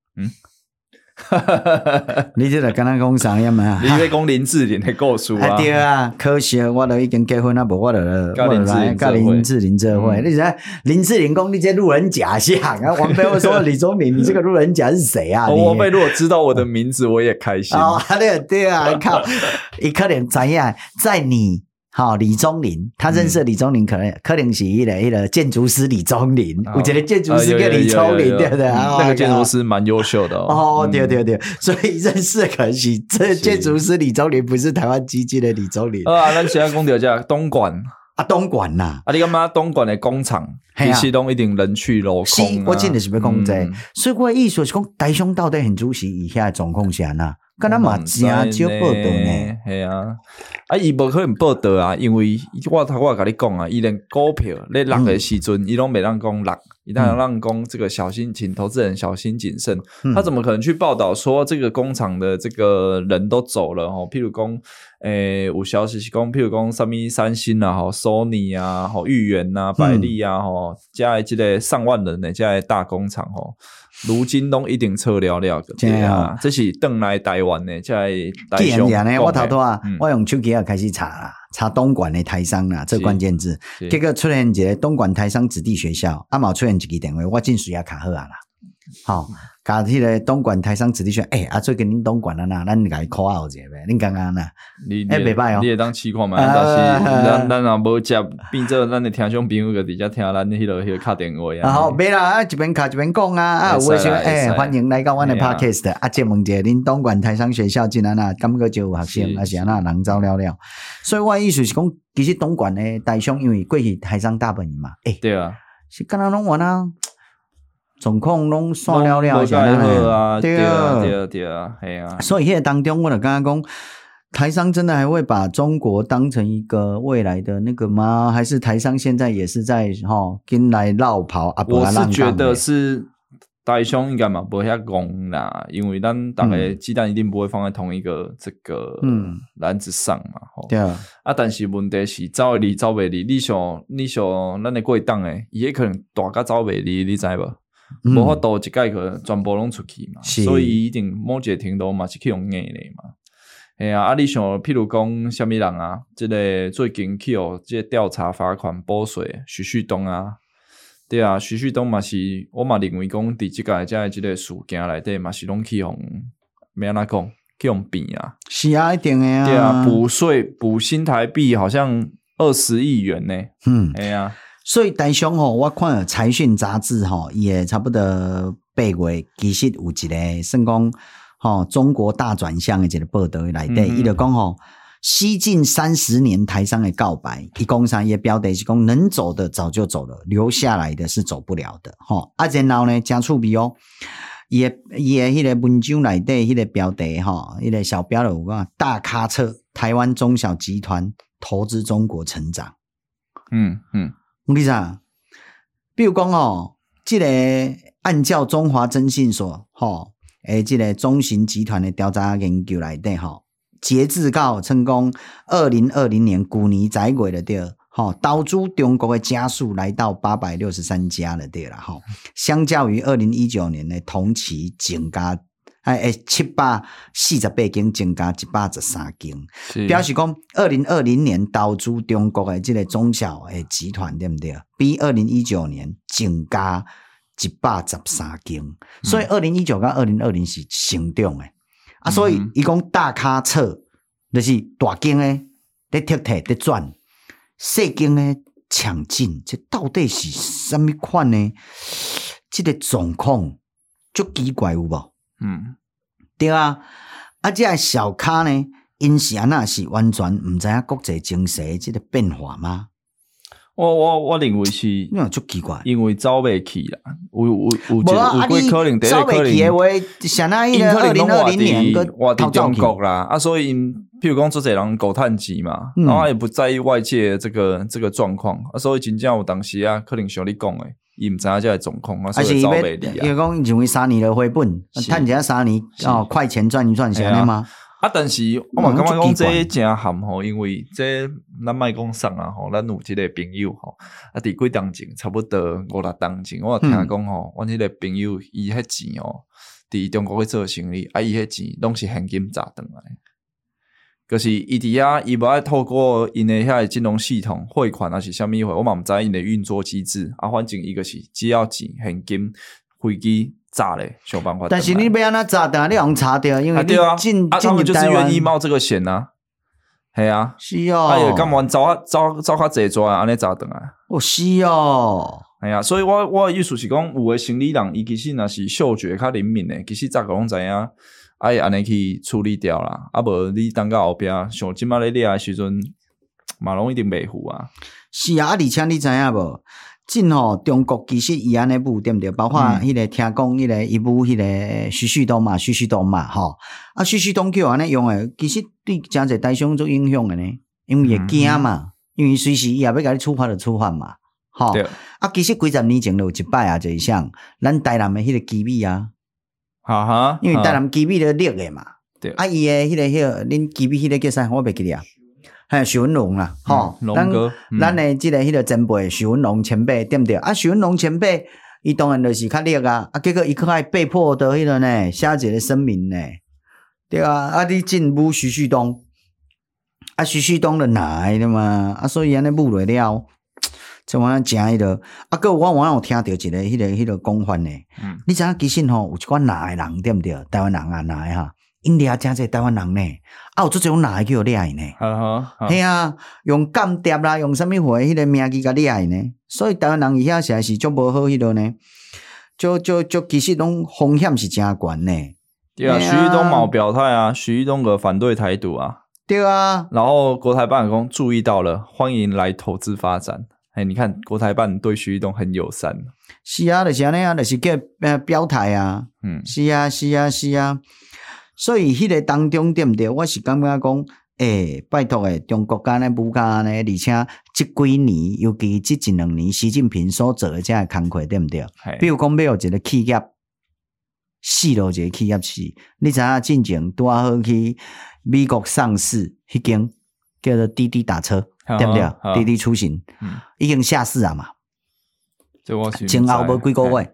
你这个跟他讲啥样嘛？ 你在讲林志玲的故事啊？ 对啊，可惜我都已经结婚了，无我就来跟林志玲做伙。你知林志玲讲你这路人甲像，然后王菲会说李宗鼎，你这个路人甲是谁啊？ 王菲如果知道我的名字，我也开心。 对啊，靠，你可能知影，在你李宗霖，他认识的李宗霖可能是那个建筑师李宗霖，我觉得建筑师跟李宗霖对不对？ 那个建筑师蛮优秀的哦。对，所以认识的可能是这建筑师李宗霖，不是台湾基金的李宗霖。 咱现在讲到这东莞。 东莞呐， 你感觉东莞的工厂其实都一定人去楼空我真的是要讲这，所以我的意思是讲，台商到底很主席以下的状况下呢，跟他嘛真少报道呢。 系啊，伊无可能报道啊，因为我跟你讲啊，伊连股票咧落的时阵，伊拢袂让讲落。一旦让讲这个请投资人小心谨慎，他怎么可能去报道说这个工厂的这个人都走了譬如讲，有消息是讲，譬如讲什么三星啊、Sony 啊、裕元啊、百利啊加这个上万人的这个大工厂如今都一定撤了个，对啊，这是回来台湾的这个既然呢，我头拄我用手机开始查啦。查东莞的台商啦，这关键字，结果出现一个东莞台商子弟学校，嘛出现一个电话，我进水也卡好啊啦，加迄个东莞台商子弟学校，最近恁东莞啊，咱甲伊 call out 一下呗，恁刚刚呐，袂歹你会当试看嘛，但是咱若无接变做咱的听众朋友个直接听咱迄个敲电话啊。 好，袂啦，一边敲一边讲啊，有诶想欢迎来到阮的 podcast，借问者恁东莞台商学校进来呐，感觉就有学生，还是安那人走了了，所以我意思是讲，其实东莞的台商因为过去台商大本营嘛， 对啊， 是敢若拢完啊。总控拢算了了， 对啊，系啊。 所以迄个当中，我就刚刚讲，台商真的还会把中国当成一个未来的那个吗？还是台商现在也是在跟来绕跑啊？ 我是觉得是台商应该嘛不会遐讲啦，因为咱大家鸡蛋一定不会放在同一个这个篮子上嘛。 对啊。 但是问题是走会离走袂离，你想咱的贵档伊也可能大甲走袂离，你知无？无法度一届个全部拢出去嘛，所以一定某一个程度嘛是去用硬嘞嘛。你想譬如讲什么人啊？这个最近去这个调查罚款拨税徐旭东啊，对啊，徐旭东嘛是我嘛认为讲伫即个这个事件内底嘛是拢去用，要安怎讲？去用变啊？ 是啊，一定的啊。 对啊，补税补新台币好像20亿元呢。 所以台商我看财讯杂志也差不多8月，其实有一个算讲中国大转向的一个报道内底，伊就讲西晋30年台商的告白，伊讲啥也标题是讲能走的早就走了，留下来的是走不了的然后呢真趣味伊的迄个文章内底迄个标题迄个小标有讲大咖策台湾中小集团投资中国成长。你啥？比如讲这个按照中华征信所这个中型集团的调查研究内底截至到成功2020年去年10月了对投资中国的家数来到863家了对啦相较于2019年的同期增加748间增加113间，表示讲2020年投资中国的这个中小的集团对不对？比2019年增加113间，所以2019跟2020是成长的所以伊讲大咖策就是大间的在踢踢在转，小间的抢进，这到底是什么款呢？这个状况就奇怪有无？对啊，这小咖呢，因是安那是完全唔知影国际经济这个变化吗？ 我認為是， 因為足奇怪， 因為走袂去啦，有幾可能，第一個可能， 因可能2020年活在中國啦，所以譬如講做這人狗趁錢嘛，然後也不在意外界這個狀況，所以真正有當時可能像你講的，伊唔知影這個狀況，所以走袂離啊。 因為講認為3年的回本，趁一下3年快錢賺一賺，是安尼嗎？ 但是我嘛感覺講這真含因為這咱莫講送啊咱有一個朋友佇幾當前差不多5-6當前，我聽講阮迄個朋友伊迄錢佇中國去做生意，伊迄錢攏是現金砸轉來，就是伊佇遐伊無愛透過因的遐金融系統匯款還是啥物貨，我嘛毋知因的運作機制反正伊個是只要錢現金飛機炸嘞，想辦法。 但是你要安怎炸的？你用查掉，因為你進他們就是願意冒這個險啊。 系啊， 是哦， 哎呀，甘愿走较济抓，安尼早等啊。 哦，是哦， 哎呀，所以我意思是讲，有诶生理人，伊其实若是嗅觉较灵敏诶，其实早个拢知影，爱安尼去处理掉啦。啊无你等到后壁，像即摆咧掠诶时阵，嘛拢一定袂赴啊。 是啊，而且你知影无？真吼，中国其实伊安尼舞对毋对？包括迄个听讲，迄个伊舞迄个徐旭东嘛，吼，啊徐旭东叫安尼用诶，其实对诚侪台商做影响诶呢，因为会惊嘛，因为随时伊也要甲你处罚就处罚嘛，吼。啊，其实几十年前就有一摆啊，就是像咱台南诶迄个基米啊， 哈哈， 因为台南基米咧劣诶嘛， 对， 啊伊诶迄个恁基米迄个叫啥？我袂记得啊。还有许文龙啦，吼， 龙哥， 咱的即个迄个前辈许文龙前辈对不对？啊，许文龙前辈，伊当然就是较劣啊，啊，结果伊可爱被迫的迄个呢，写一个声明呢，对啊，啊，你进步徐旭东，啊，徐旭东就来的嘛，啊，所以安尼舞落了，像我真迄个，啊，个我有听到一个迄个讲法呢，你知影其实吼有一寡哪的人对不对？台湾人啊哪的哈。因掠真侪台湾人呢，啊有这种哪会叫掠呢？嘿啊，用间谍啦，用啥物货迄个名义甲掠呢？所以台湾人伊遐实在是足无好迄落呢，就其实拢风险是真悬呢。 对啊，徐旭东冇表态啊，徐旭东个反对台独啊， 对啊。 然后国台办公注意到了，欢迎来投资发展。哎，你看国台办对徐旭东很友善。 是啊，就是安尼啊，就是叫表态啊。是啊。所以迄个当中对毋对？我是感觉讲，拜托诶，中国干咧武家呢，而且即几年，尤其即一两年，习近平所做诶遮个工课对毋对？比如讲，要有一个企业死咯，一个企业死，你知影进前拄好去美国上市迄间叫做滴滴打车，对毋对？滴滴出行，已经下市啊嘛，前后无几个月，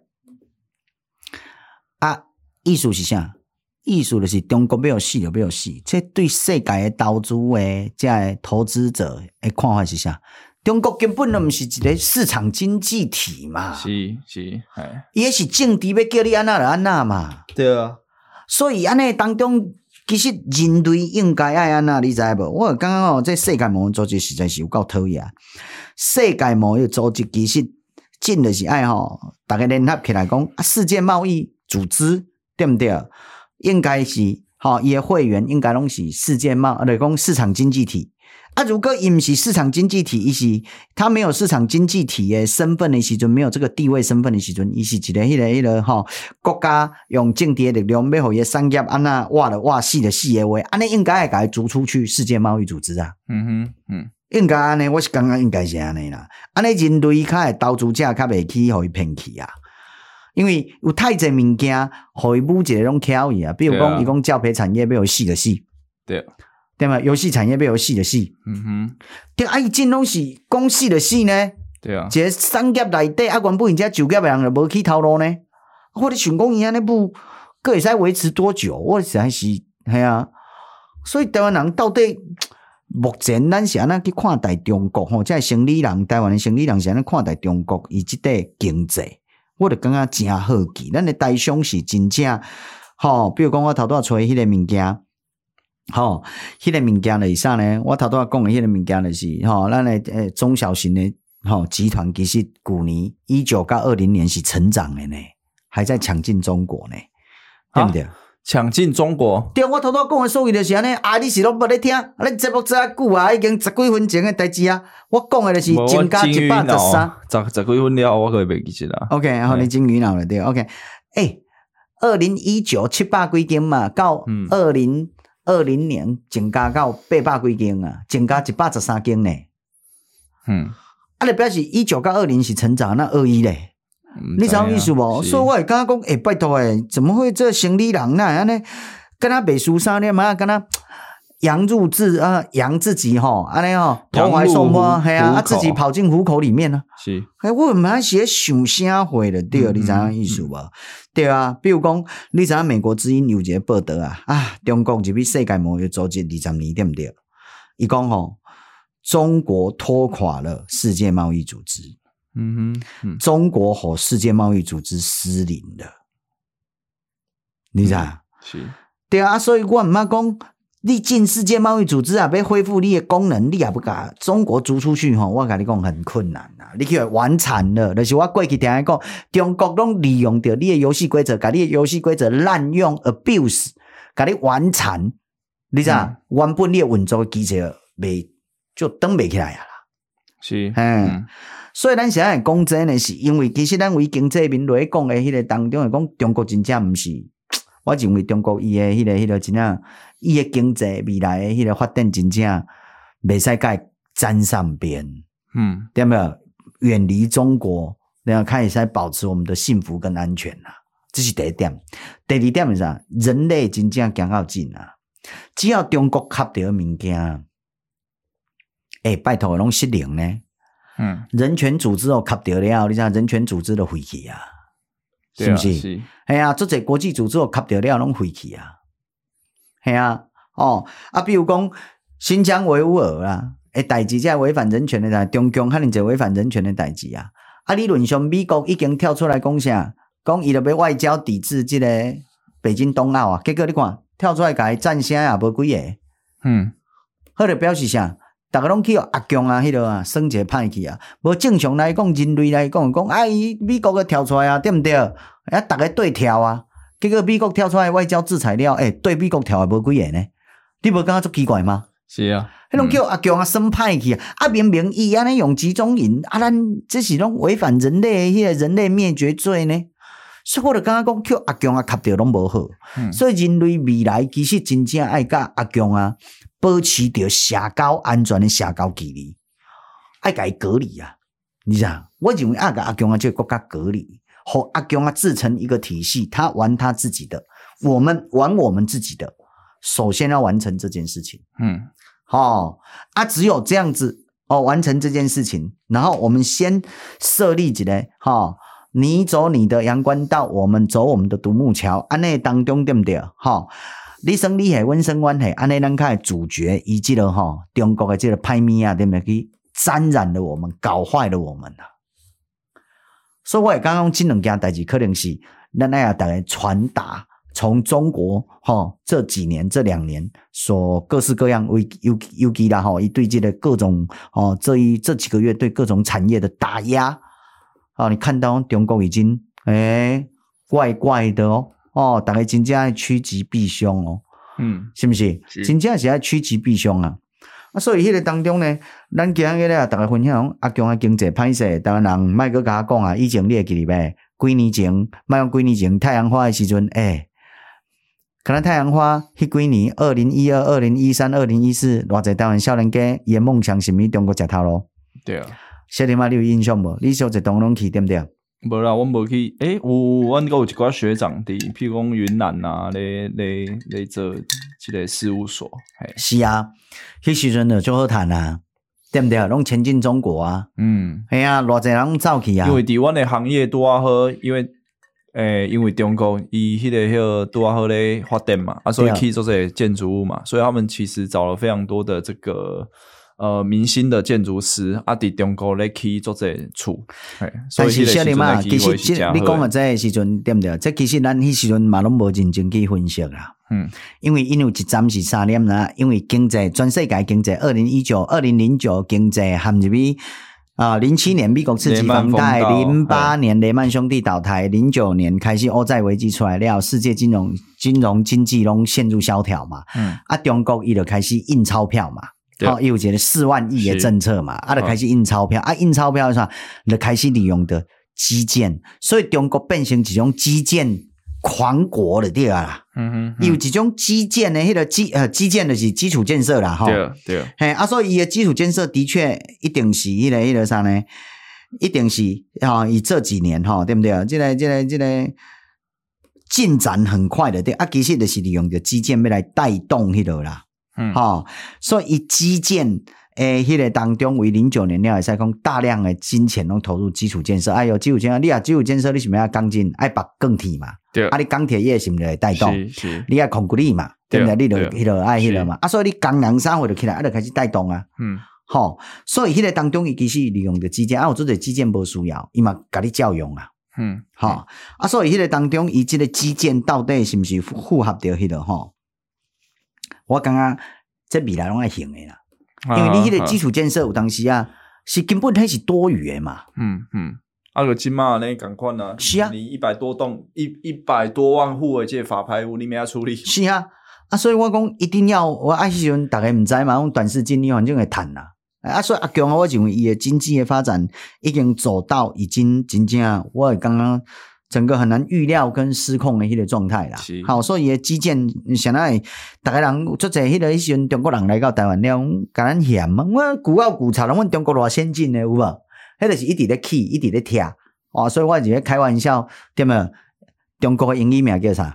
啊，意思是啥？意思就是中国要死就要死，这对世界的投资的这个投资者的看法是啥？中国根本就不是一个市场经济体嘛， 是， 伊是政治要叫你安那就安那嘛， 对啊。 所以安尼当中，其实人类应该爱安那，你知无？我感觉这世界贸易组织实在是有够讨厌。世界贸易组织其实真的是爱大家联合起来讲世界贸易组织对不对？应该是伊的会员应该拢是世界就是讲市场经济体啊。如果伊不是市场经济体，伊是他没有市场经济体的身份的时阵，没有这个地位身份的时阵，伊是一个迄个国家用政治的力量要互伊的产业安那挖死的话，安尼应该会甲伊逐出去世界贸易组织啊。应该安尼，我是感觉应该是安尼啦。安尼人类较会投资者较袂去互伊骗去啊。因为有太侪物件，互伊舞一个拢巧伊啊。比如讲，伊讲教培产业要有死就死，对嘛？游戏产业要有死就死。对啊，伊真拢是讲死就死呢。 对啊， 一个产业内底啊，原本人家就业的人就无去头路呢。我咧想讲伊安尼舞，佫会使维持多久？我实在是系啊。所以台湾人到底目前咱是安怎去看待中国？即个生理人，台湾的生理人是安怎看待中国伊即块经济？我就感觉真好奇，咱的台商是真正比如讲我头拄找迄个物件，迄个物件就是啥呢？我头拄讲的迄个物件就是咱的中小型的集团，其实去年19到20年是成长的呢，还在抢进中国呢，对不对？ 抢进中国？ 对，我头拄讲的所谓就是安尼你是拢无咧听？咱节目做啊久啊，已经10几分前的代志啊。我讲的就是增加113， 十几分了，我可袂记起啦。 OK， 然后你金鱼脑了对 ，OK。2019 700几间嘛，到2020年增加到800几间啊，增加113间呢。就表示19到20是成长，那21咧。你知道意思无？所以我会感觉讲，拜托怎么会这生理人那安尼，跟他袂输啥呢嘛？跟他羊入自羊自己安尼投怀送摸，系啊，自己跑进虎口里面呢。 是， 我蛮是想啥货的，对，你知影意思无？对啊，比如讲，你知影美国之音有一个报道啊，中国入去世界贸易组织20年，对不对？伊讲中国拖垮了世界贸易组织。中国和世界贸易组织失灵了，你知道？ 是， 对啊，所以我毋捌讲你进世界贸易组织啊，要恢复你的功能，你也不把中国逐出去吼，我跟你讲很困难啊！你去完残了，就是我过去听讲，中国拢利用着你的游戏规则，把你的游戏规则滥用 abuse， 把你完残，你知道？原本你的运作机制就登不起来啊啦。 是， 所以咱现在讲真的是，因为其实咱为经济面来讲的迄个当中讲，中国真正毋是，我认为中国伊的迄个真正。伊的经济未来的迄个发展真正袂使甲沾上边，对没有？远离中国，然后开始保持我们的幸福跟安全啦，这是第一点。第二点是啥？人类真正行到尽啊！只要中国吸到物件，拜托拢失灵呢。人权组织吸到了，你知道人权组织都废去啊，是不是？是。做者国际组织吸到了，拢废去啊。系啊，比如讲新疆维吾尔啦，代志即违反人权的啦，中共可能就违反人权的代志啊。理论上美国已经跳出来讲啥，讲伊就要外交抵制即个北京冬奥啊。结果你看跳出来甲伊赞声也无几个，好就表示啥？大家拢去阿强啊，迄个啊，算一个歹去啊。无正常来讲，人类来讲，美国个跳出来啊，对毋对？大家对跳啊。结果美国跳出来外交制裁了，对美国跳的无几个呢？你无感觉足奇怪吗？ 是啊， 迄种叫阿强啊，生歹去啊！明明伊安尼用集中营啊，咱这是拢违反人类迄个人类灭绝罪呢。所以我就感觉讲，叫阿强啊，吸着拢无好。所以人类未来其实真正爱甲阿强啊，保持着社交安全的社交距离，爱甲伊隔离啊！你知道？我认为爱甲阿强啊，这个国家隔离。和阿强啊自成一个体系，他玩他自己的，我们玩我们自己的，首先要完成这件事情。只有这样子完成这件事情，然后我们先设立一个你走你的阳关道，我们走我们的独木桥，安内当中对不对？你生你系，阮生阮系，安内咱开主角以及了中国的这个歹物啊，对不对？去沾染了我们，搞坏了我们啊。所以我也刚刚这两件代志可能是咱要大家传达，从中国这几年这2年所各式各样尤其啦伊对这个各种这几个月对各种产业的打压你看到中国已经怪怪的大家真正趋吉避凶是不是？真正是要趋吉避凶啊！所以迄个当中呢，咱今日咧大家分享阿强的经济歹势，台湾人莫阁甲我讲啊，以前你会记哩呗？几年前，莫讲几年前，太阳花的时阵，可能太阳花迄几年，2012、2013、2014，偌济台湾少年家伊的梦想是毋是中国食头路？ 对啊， 小弟妈你有印象无？你小一当拢去对不对？ 无啦，阮无去。阮有一寡学长伫，譬如讲云南啊，咧做即个事务所。 是啊，迄时阵就足好谈啊，对不对？拢前进中国啊。系啊，偌济人拢走去啊。 因为伫阮的行业拄啊好，因为中国伊迄个拄啊好咧发展嘛，所以去做这建筑物嘛，所以他们其实找了非常多的这个。明星的建筑师伫中国咧去做这厝， 但是小弟嘛，其实你讲的这个时阵对不对？这其实咱迄时阵嘛拢无认真去分析啦。因为有一站是3年啦，因为经济全世界经济2019、2009经济含入去07年美国刺激房贷，08年雷曼兄弟倒台，09年开始欧债危机出来了，世界金融经济拢陷入萧条嘛。中国伊就开始印钞票嘛。伊有一个4万亿的政策嘛，就开始印钞票，印钞票是啥？就开始利用的基建，所以中国变成一种基建狂国了，对啦。有一种基建的迄个基建就是基础建设啦， 对。 所以伊的基础建设的确一定是迄个啥呢？一定是以这几年对不对？这个进展很快的，对其实就是利用着基建要来带动迄个啦。所以以基建迄个当中为09年了会使讲大量的金钱拢投入基础建设。基础建设，你基础建设你是不是要钢筋爱把钢铁嘛？ 对。 你钢铁业是不是来带动？是。你要控股力嘛？对不对？你就迄个爱迄个嘛。所以你工人啥货就起来，就开始带动啊。所以迄个当中伊其实利用的基建有做者基建无需要，伊嘛甲你教用啊。所以迄个当中伊即个基建到底是不是符合着迄个我感觉这未来拢会行的啦，因为你迄个基础建设有当时啊，是根本迄是多余的嘛。 就今嘛那赶快呢？ 是啊， 你100多栋100多万户的这法拍屋，你没要处理？ 是啊，所以我讲一定要，我迄时阵大家唔知嘛，讲短视经济反正会谈啦。所以阿强我认为伊的经济的发展已经走到已经真正，我刚刚整个很难预料跟失控的迄个状态啦。好，所以伊的基建现在大家人做者迄个迄时阵中国人来到台湾了，甲咱嫌嘛，我古到古查，阮中国偌先进的有无？迄个是一直咧起，一直咧听所以我就咧开玩笑，对吗？中国的英语名叫啥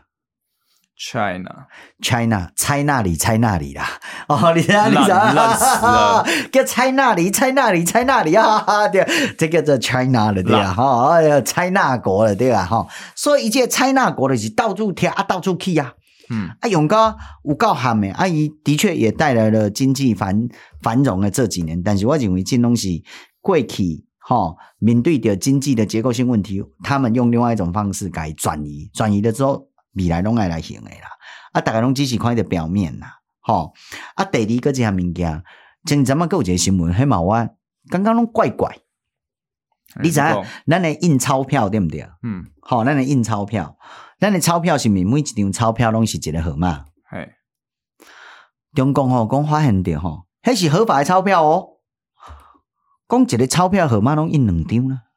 ？China 里猜那里啦！你知道？ 烂死了， 叫猜那里啊！对，这个叫 China 了对啊，猜那国了对啊，所以一切猜那国的是到处听到处去啊。永高有够喊的，伊的确也带来了经济繁荣的这几年，但是我认为这东西过去。面对的经济的结构性问题，他们用另外一种方式改转移了之后，未来拢爱来行的啦。大家拢只是看的表面啦。第二个一项物件，前阵仔还有一个新闻，迄嘛我刚刚拢怪怪。你知影咱的印钞票对不对？咱的印钞票，咱的钞票是每一张钞票拢是一个号码。中共讲发现着迄是合法的钞票哦。讲一个钞票号码拢印2张啦，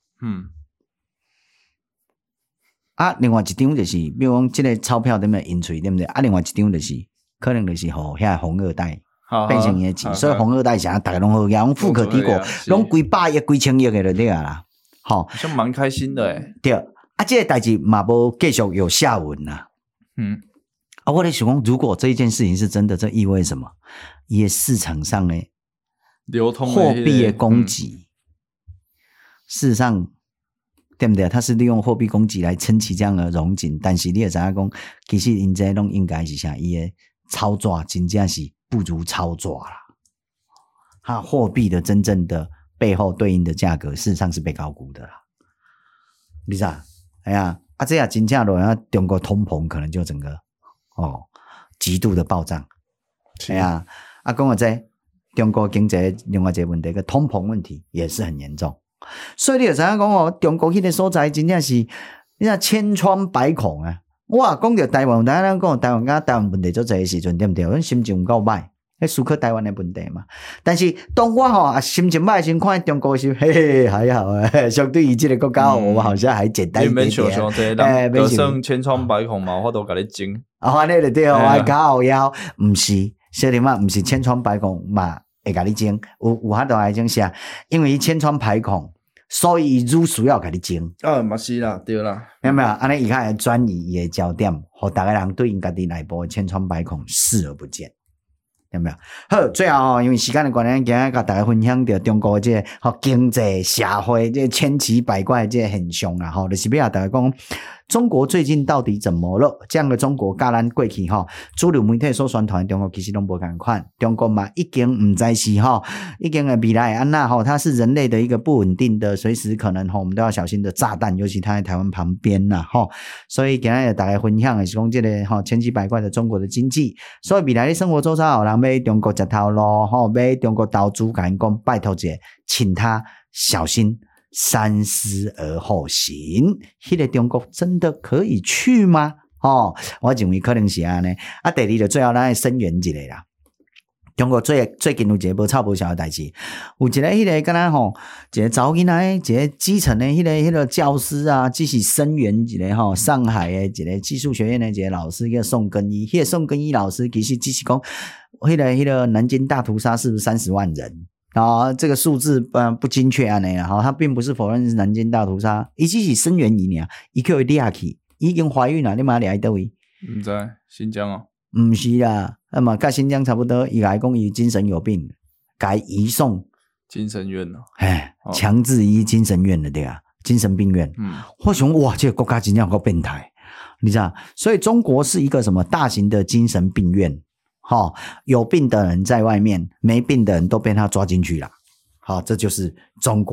另外一张就是，比如讲这个钞票对不对印出对不对？另外一张就是可能就是互遐红二代变成伊的钱，所以红二代啥大家拢好，讲富可敌国，拢几百亿、几千亿的就对啦。好像蛮开心的诶。 对，这个代志嘛无继续有下文啦。我在想讲，如果这一件事情是真的，这意味什么？伊的市场上呢？ 流通货币的供给，事实上对不对？它是利用货币供给来撑起这样的荣景，但是你也知影讲，其实因这拢应该是啥？伊的操作真正是不如操作啦。货币的真正的背后对应的价格，事实上是被高估的啦。你知道？这样真正落中国通膨可能就整个极度的暴涨。讲我这。中国经济另外一个问题，个通膨问题也是很严重，所以你就知影讲中国迄个所在真正是你看千疮百孔啊！哇，讲到台湾，咱讲台湾问题做侪时阵，对不对？咱心情有够歹，迄思考台湾的问题嘛。但是当我心情歹先看中国的时候，嘿嘿，还好相对于这个国家，我们好像还简单一点点。 就算千疮百孔嘛，我都甲你整。 安尼就对我搞腰，唔是，小弟嘛，唔是千疮百孔嘛。会甲你整，有遐多来种啥？因为伊千疮百孔，所以伊如需要甲你整。 嘛是啦，对啦， 有没有？安尼伊较会转移伊的焦点，互大家人对因家己内部的千疮百孔视而不见。有没有？好，最后因为时间的关系，今日甲大家分享到中国这个经济社会这千奇百怪的这个现象啦，就是要大家讲。中国最近到底怎么了？这样的中国甲咱过去主流媒体所宣传中国其实拢无同款，中国嘛已经唔知是已经未来安那它是人类的一个不稳定的，随时可能我们都要小心的炸弹，尤其它在台湾旁边啦所以今日大家分享的是讲这个千奇百怪的中国的经济，所以未来的生活周遭有人要中国食头路要中国投资，甲因讲拜托者，请他小心。三思而后行，迄个中国真的可以去吗？我认为可能是安尼。第二就最后咱声援一个啦。中国最近有一个无臭无小的代志，有一个迄个敢若一个查某囡仔，一个基层的迄个教师啊，只是声援一个上海的一个技术学院的一个老师叫宋根一，迄个宋根一老师其实只是讲迄个南京大屠杀是不是30万人？这个数字不精确安尼啦，他并不是否认是南京大屠杀，伊只是声援伊尔，伊叫伊抓去，已经怀孕了，你嘛抓去倒位？ 唔知新疆唔是啦，嘛跟新疆差不多，伊来讲伊精神有病，该移送精神院了， 强制移精神院了对啊，精神病院。我想哇，这个国家真正够变态，你知道？所以中国是一个什么大型的精神病院。有病的人在外面，没病的人都被他抓进去了。这就是中国。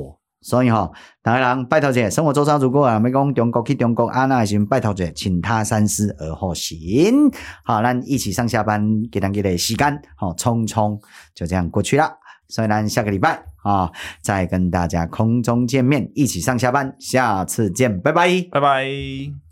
所以大家人拜托者，生活周遭如果要讲中国去中国那的时候拜托者，请他三思而后行。好，咱一起上下班，给咱的时间匆匆就这样过去了。所以咱下个礼拜再跟大家空中见面，一起上下班，下次见，拜拜， 拜拜。